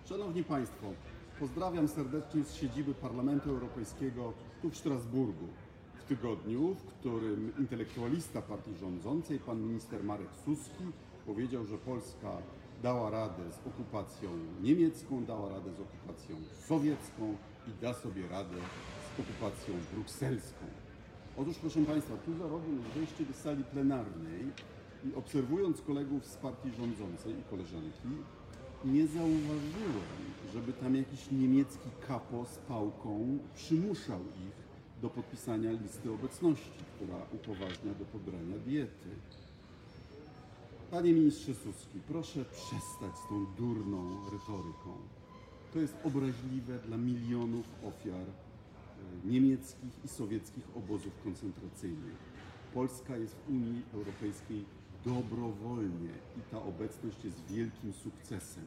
Szanowni Państwo, pozdrawiam serdecznie z siedziby Parlamentu Europejskiego tu w Strasburgu. W tygodniu, w którym intelektualista partii rządzącej, pan minister Marek Suski, powiedział, że Polska dała radę z okupacją niemiecką, dała radę z okupacją sowiecką i da sobie radę z okupacją brukselską. Otóż, proszę Państwa, tu za rogiem jest wejście do sali plenarnej i obserwując kolegów z partii rządzącej i koleżanki, nie zauważyłem, żeby tam jakiś niemiecki kapo z pałką przymuszał ich do podpisania listy obecności, która upoważnia do pobrania diety. Panie ministrze Suski, proszę przestać z tą durną retoryką. To jest obraźliwe dla milionów ofiar niemieckich i sowieckich obozów koncentracyjnych. Polska jest w Unii Europejskiej dobrowolnie i ta obecność jest wielkim sukcesem.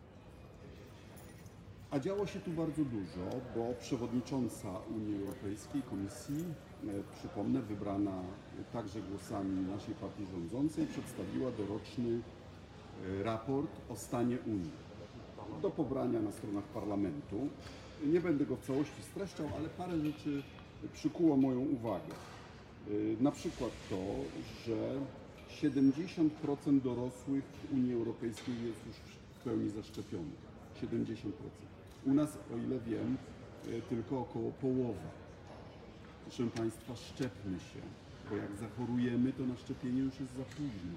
A działo się tu bardzo dużo, bo przewodnicząca Unii Europejskiej, Komisji, przypomnę, wybrana także głosami naszej partii rządzącej, przedstawiła doroczny raport o stanie Unii do pobrania na stronach Parlamentu. Nie będę go w całości streszczał, ale parę rzeczy przykuło moją uwagę. Na przykład to, że 70% dorosłych w Unii Europejskiej jest już w pełni zaszczepionych. 70%. U nas, o ile wiem, tylko około połowa. Proszę Państwa, szczepmy się, bo jak zachorujemy, to na szczepienie już jest za późno.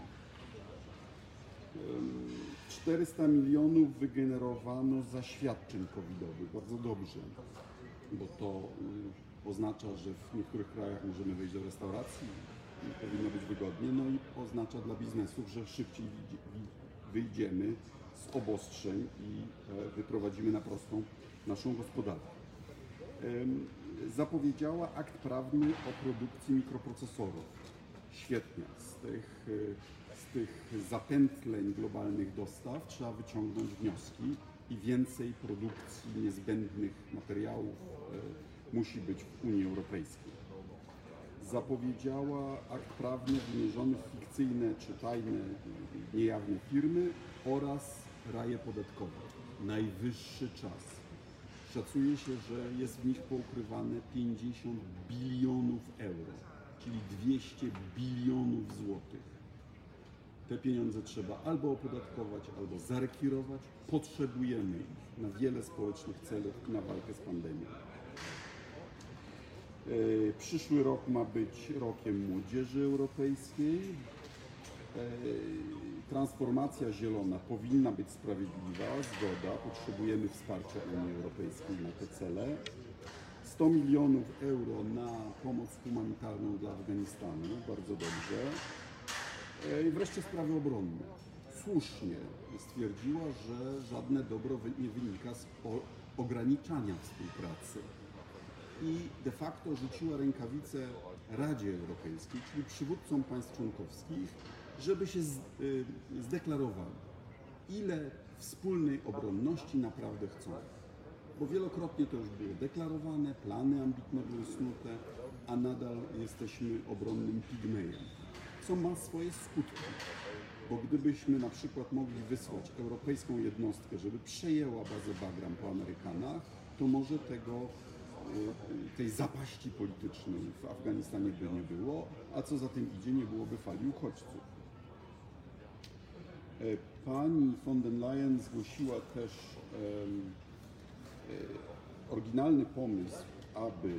400 milionów wygenerowano zaświadczeń covidowych. Bardzo dobrze, bo to oznacza, że w niektórych krajach możemy wejść do restauracji, powinno być wygodnie, no i oznacza dla biznesów, że szybciej wyjdziemy z obostrzeń i wyprowadzimy na prostą naszą gospodarkę. Zapowiedziała akt prawny o produkcji mikroprocesorów. Świetnie. Z tych zapętleń globalnych dostaw trzeba wyciągnąć wnioski i więcej produkcji niezbędnych materiałów musi być w Unii Europejskiej. Zapowiedziała akt prawny wymierzony w fikcyjne czy tajne, niejawne firmy oraz raje podatkowe. Najwyższy czas. Szacuje się, że jest w nich poukrywane 50 bilionów euro, czyli 200 bilionów złotych. Te pieniądze trzeba albo opodatkować, albo zarekwirować. Potrzebujemy ich na wiele społecznych celów i na walkę z pandemią. Przyszły rok ma być rokiem młodzieży europejskiej. Transformacja zielona powinna być sprawiedliwa, zgoda. Potrzebujemy wsparcia Unii Europejskiej na te cele. 100 milionów euro na pomoc humanitarną dla Afganistanu, bardzo dobrze. I wreszcie sprawy obronne. Słusznie stwierdziła, że żadne dobro nie wynika z ograniczania współpracy. I de facto rzuciła rękawicę Radzie Europejskiej, czyli przywódcom państw członkowskich, żeby się zdeklarowali, ile wspólnej obronności naprawdę chcą. Bo wielokrotnie to już było deklarowane, plany ambitne były snute, a nadal jesteśmy obronnym pigmejem, co ma swoje skutki. Bo gdybyśmy na przykład mogli wysłać europejską jednostkę, żeby przejęła bazę Bagram po Amerykanach, to może tej zapaści politycznej w Afganistanie by nie było, a co za tym idzie, nie byłoby fali uchodźców. Pani von der Leyen zgłosiła też oryginalny pomysł, aby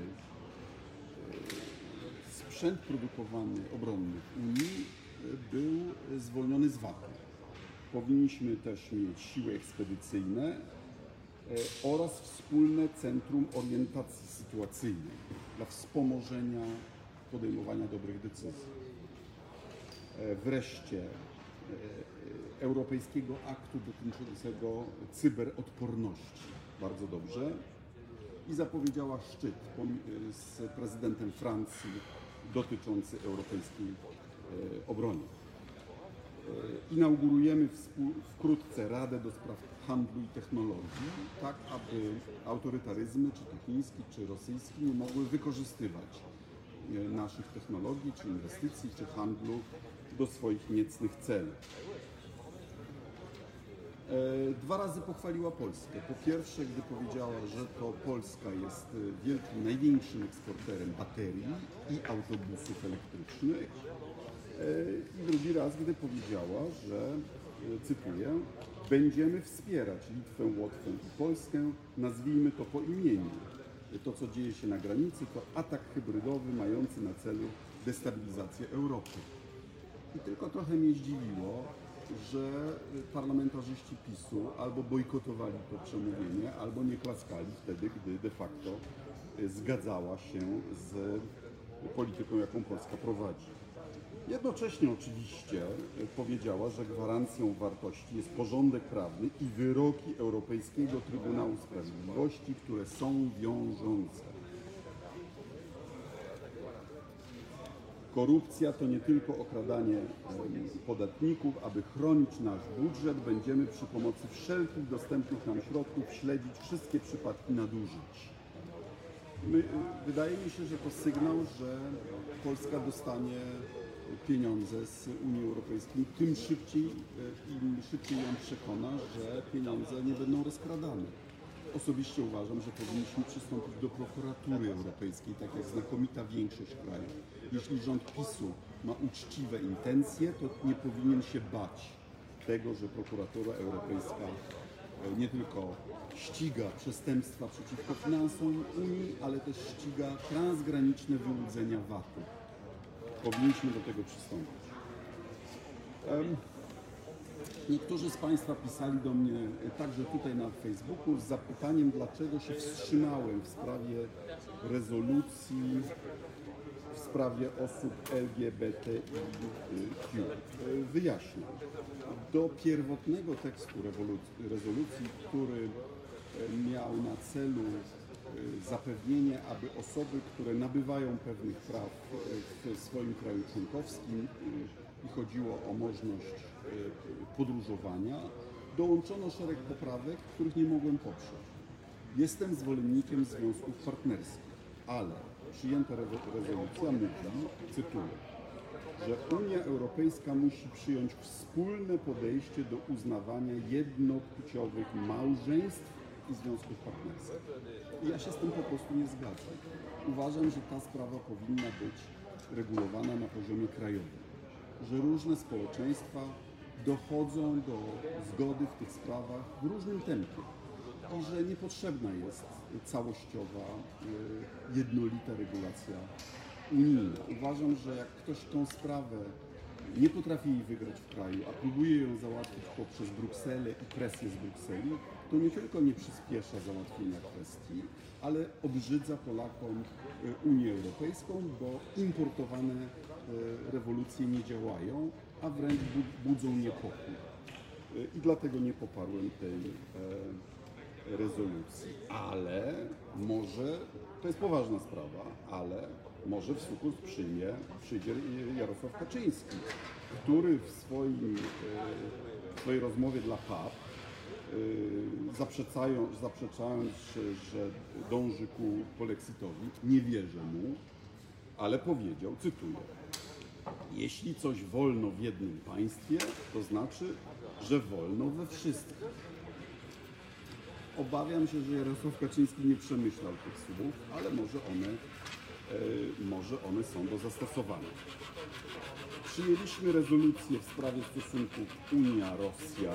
sprzęt produkowany obronny w Unii był zwolniony z VAT-u. Powinniśmy też mieć siły ekspedycyjne oraz wspólne centrum orientacji sytuacyjnej dla wspomożenia podejmowania dobrych decyzji. Wreszcie europejskiego aktu dotyczącego cyberodporności. Bardzo dobrze. I zapowiedziała szczyt z prezydentem Francji dotyczący europejskiej obrony. Inaugurujemy wkrótce Radę do Spraw Handlu i Technologii, tak aby autorytaryzmy, czy to chiński, czy rosyjski, nie mogły wykorzystywać naszych technologii, czy inwestycji, czy handlu do swoich niecnych celów. Dwa razy pochwaliła Polskę. Po pierwsze, gdy powiedziała, że to Polska jest wielkim, największym eksporterem baterii i autobusów elektrycznych. I drugi raz, gdy powiedziała, że, cytuję, będziemy wspierać Litwę, Łotwę i Polskę, nazwijmy to po imieniu. To, co dzieje się na granicy, to atak hybrydowy mający na celu destabilizację Europy. I tylko trochę mnie zdziwiło, że parlamentarzyści PiS-u albo bojkotowali to przemówienie, albo nie klaskali wtedy, gdy de facto zgadzała się z polityką, jaką Polska prowadzi. Jednocześnie oczywiście powiedziała, że gwarancją wartości jest porządek prawny i wyroki Europejskiego Trybunału Sprawiedliwości, które są wiążące. Korupcja to nie tylko okradanie podatników. Aby chronić nasz budżet, będziemy przy pomocy wszelkich dostępnych nam środków śledzić wszystkie przypadki nadużyć. Wydaje mi się, że to sygnał, że Polska dostanie pieniądze z Unii Europejskiej, im szybciej ją przekona, że pieniądze nie będą rozkradane. Osobiście uważam, że powinniśmy przystąpić do prokuratury europejskiej, tak jak znakomita większość krajów. Jeśli rząd PiS-u ma uczciwe intencje, to nie powinien się bać tego, że prokuratura europejska nie tylko ściga przestępstwa przeciwko finansom Unii, ale też ściga transgraniczne wyłudzenia VAT-u. Powinniśmy do tego przystąpić. Niektórzy z Państwa pisali do mnie także tutaj na Facebooku z zapytaniem, dlaczego się wstrzymałem w sprawie rezolucji w sprawie osób LGBTIQ. Wyjaśniam. Do pierwotnego tekstu rezolucji, który miał na celu zapewnienie, aby osoby, które nabywają pewnych praw w swoim kraju członkowskim i chodziło o możliwość podróżowania, dołączono szereg poprawek, których nie mogłem poprzeć. Jestem zwolennikiem związków partnerskich, ale przyjęta rezolucja mówi, cytuję, że Unia Europejska musi przyjąć wspólne podejście do uznawania jednopłciowych małżeństw i związków partnerskich. I ja się z tym po prostu nie zgadzam. Uważam, że ta sprawa powinna być regulowana na poziomie krajowym, że różne społeczeństwa dochodzą do zgody w tych sprawach w różnym tempie i że niepotrzebna jest całościowa, jednolita regulacja unijna. Uważam, że jak ktoś tą sprawę nie potrafi jej wygrać w kraju, a próbuje ją załatwić poprzez Brukselę i presję z Brukseli, to nie tylko nie przyspiesza załatwienia kwestii, ale obrzydza Polakom Unię Europejską, bo importowane rewolucje nie działają, a wręcz budzą niepokój. I dlatego nie poparłem tej rezolucji. Ale może, to jest poważna sprawa, ale może w sukurs przyjdzie Jarosław Kaczyński, który w swojej rozmowie dla PAP, zaprzeczając, że dąży ku polexitowi, nie wierzę mu, ale powiedział, cytuję, jeśli coś wolno w jednym państwie, to znaczy, że wolno we wszystkich. Obawiam się, że Jarosław Kaczyński nie przemyślał tych słów, ale może one są do zastosowania. Przyjęliśmy rezolucję w sprawie stosunków Unia-Rosja.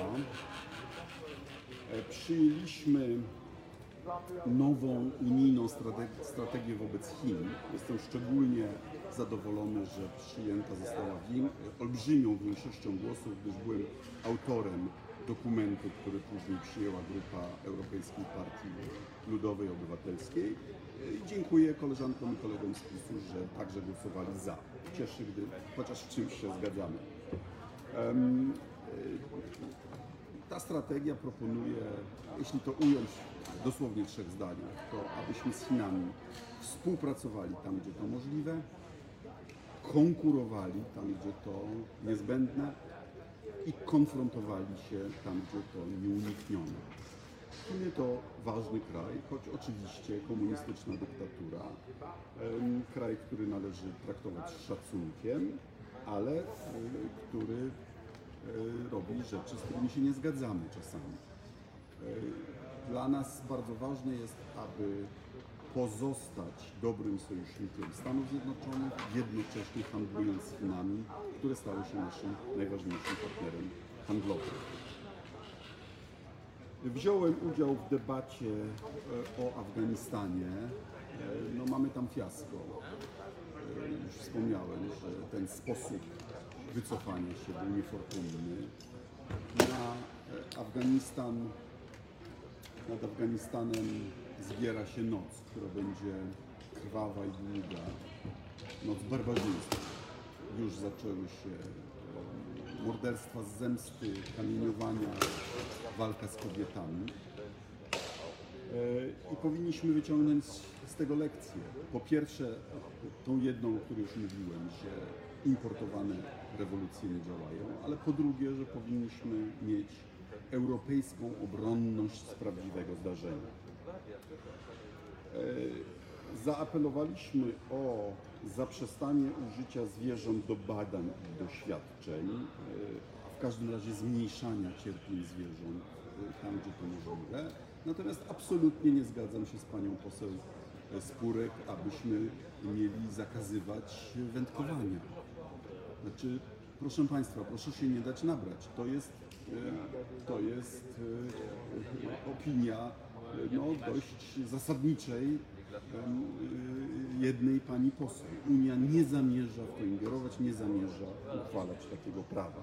Przyjęliśmy nową unijną strategię wobec Chin. Jestem szczególnie zadowolony, że przyjęta została olbrzymią większością głosów, gdyż byłem autorem dokumentu, który później przyjęła grupa Europejskiej Partii Ludowej Obywatelskiej. I dziękuję koleżankom i kolegom z PiS-u, że także głosowali za. Cieszy, gdy chociaż w czymś się zgadzamy. Ta strategia proponuje, jeśli to ująć dosłownie w 3 zdaniach, to abyśmy z Chinami współpracowali tam, gdzie to możliwe, konkurowali tam, gdzie to niezbędne i konfrontowali się tam, gdzie to nieuniknione. Chiny to ważny kraj, choć oczywiście komunistyczna dyktatura, kraj, który należy traktować z szacunkiem, ale który robi rzeczy, z którymi się nie zgadzamy czasami. Dla nas bardzo ważne jest, aby pozostać dobrym sojusznikiem Stanów Zjednoczonych, jednocześnie handlując z Chinami, które stały się naszym najważniejszym partnerem handlowym. Wziąłem udział w debacie o Afganistanie. No, mamy tam fiasko. Już wspomniałem, że ten sposób wycofania się był niefortunny. Nad Afganistanem zbiera się noc, która będzie krwawa i długa. Noc barbarzyństwa. Już zaczęły się morderstwa z zemsty, kamieniowania, walka z kobietami. I powinniśmy wyciągnąć z tego lekcję. Po pierwsze, tą jedną, o której już mówiłem, że importowane rewolucje nie działają, ale po drugie, że powinniśmy mieć europejską obronność z prawdziwego zdarzenia. Zaapelowaliśmy o zaprzestanie użycia zwierząt do badań i doświadczeń, a w każdym razie zmniejszania cierpień zwierząt tam, gdzie to możliwe. Natomiast absolutnie nie zgadzam się z panią poseł Spurek, abyśmy mieli zakazywać wędkowania. Znaczy, proszę państwa, proszę się nie dać nabrać. To jest opinia dość zasadniczej jednej pani poseł. Unia nie zamierza w to ingerować, nie zamierza uchwalać takiego prawa.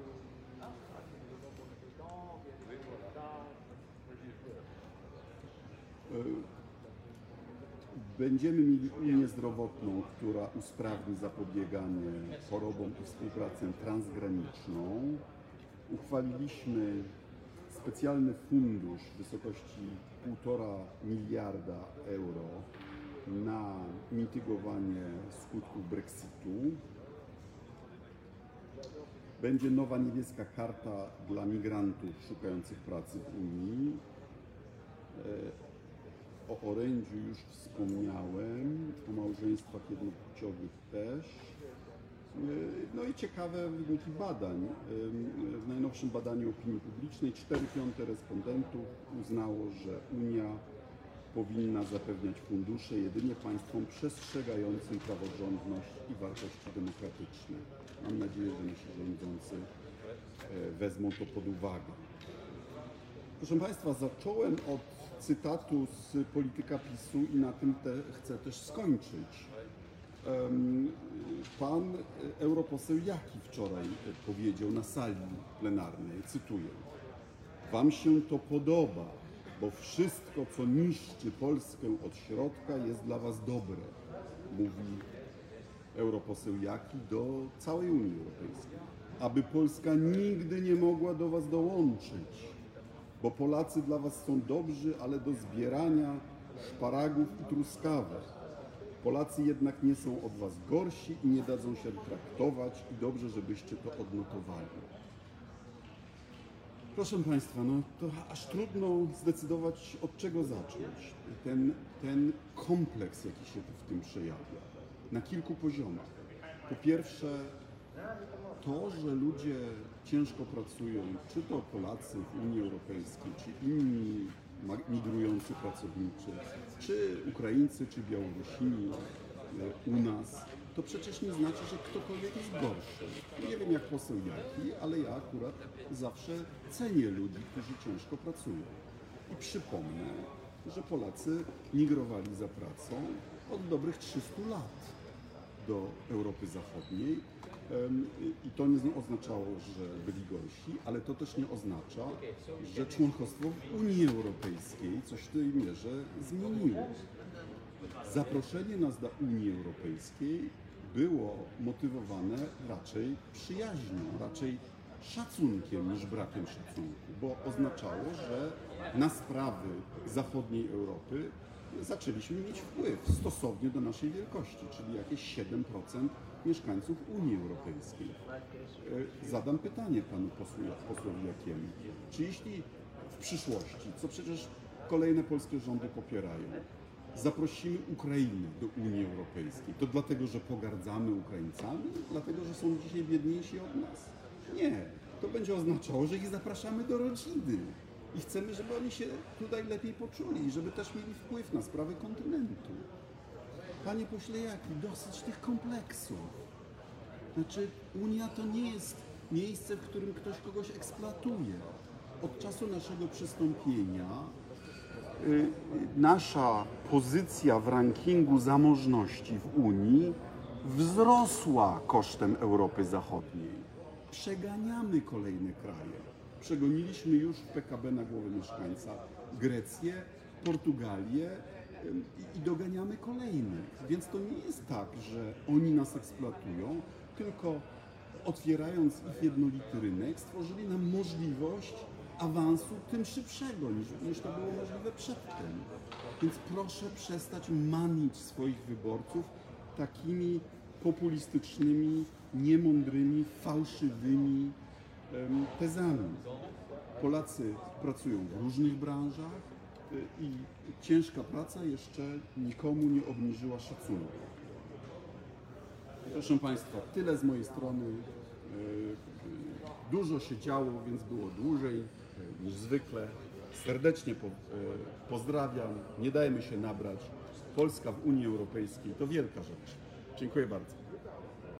Będziemy mieli Unię zdrowotną, która usprawni zapobieganie chorobom i współpracę transgraniczną. Uchwaliliśmy specjalny fundusz w wysokości 1,5 miliarda euro na mitygowanie skutków Brexitu. Będzie nowa niebieska karta dla migrantów szukających pracy w Unii. O orędziu już wspomniałem, o małżeństwach jednopłciowych też. No i ciekawe wyniki badań. W najnowszym badaniu opinii publicznej 4/5 respondentów uznało, że Unia powinna zapewniać fundusze jedynie państwom przestrzegającym praworządność i wartości demokratyczne. Mam nadzieję, że nasi rządzący wezmą to pod uwagę. Proszę państwa, zacząłem od cytatu z polityka PiS-u i na tym chcę też skończyć. Pan europoseł Jaki wczoraj powiedział na sali plenarnej, cytuję: wam się to podoba, bo wszystko, co niszczy Polskę od środka, jest dla was dobre, mówi europoseł Jaki do całej Unii Europejskiej. Aby Polska nigdy nie mogła do was dołączyć, bo Polacy dla was są dobrzy, ale do zbierania szparagów i truskawek. Polacy jednak nie są od was gorsi i nie dadzą się traktować i dobrze, żebyście to odnotowali. Proszę państwa, no to aż trudno zdecydować, od czego zacząć. Ten kompleks, jaki się w tym przejawia, na kilku poziomach. Po pierwsze, to, że ludzie ciężko pracują, czy to Polacy w Unii Europejskiej, czy inni migrujący pracownicy, czy Ukraińcy, czy Białorusini u nas, to przecież nie znaczy, że ktokolwiek jest gorszy. Nie wiem jak poseł Jaki, ale ja akurat zawsze cenię ludzi, którzy ciężko pracują. I przypomnę, że Polacy migrowali za pracą od dobrych 300 lat do Europy Zachodniej. I to nie oznaczało, że byli gorsi, ale to też nie oznacza, że członkostwo w Unii Europejskiej coś w tej mierze zmieniło. Zaproszenie nas do Unii Europejskiej było motywowane raczej przyjaźnią, raczej szacunkiem niż brakiem szacunku, bo oznaczało, że na sprawy zachodniej Europy zaczęliśmy mieć wpływ stosownie do naszej wielkości, czyli jakieś 7% mieszkańców Unii Europejskiej. Zadam pytanie panu posłowi Jakiemu. Czy jeśli w przyszłości, co przecież kolejne polskie rządy popierają, zaprosimy Ukrainę do Unii Europejskiej, to dlatego, że pogardzamy Ukraińcami? Dlatego, że są dzisiaj biedniejsi od nas? Nie. to będzie oznaczało, że ich zapraszamy do rodziny i chcemy, żeby oni się tutaj lepiej poczuli i żeby też mieli wpływ na sprawy kontynentu. Panie pośle Jaki, dosyć tych kompleksów. Znaczy, Unia to nie jest miejsce, w którym ktoś kogoś eksploatuje. Od czasu naszego przystąpienia nasza pozycja w rankingu zamożności w Unii wzrosła kosztem Europy Zachodniej. Przeganiamy kolejne kraje. Przegoniliśmy już w PKB na głowę mieszkańca Grecję, Portugalię i doganiamy kolejnych. Więc to nie jest tak, że oni nas eksploatują, tylko otwierając ich jednolity rynek, stworzyli nam możliwość awansu tym szybszego niż to było możliwe przedtem. Więc proszę przestać manić swoich wyborców takimi populistycznymi, niemądrymi, fałszywymi tezami. Polacy pracują w różnych branżach i ciężka praca jeszcze nikomu nie obniżyła szacunku. Proszę Państwa, tyle z mojej strony. Dużo się działo, więc było dłużej niż zwykle. Serdecznie pozdrawiam, nie dajmy się nabrać. Polska w Unii Europejskiej to wielka rzecz. Dziękuję bardzo.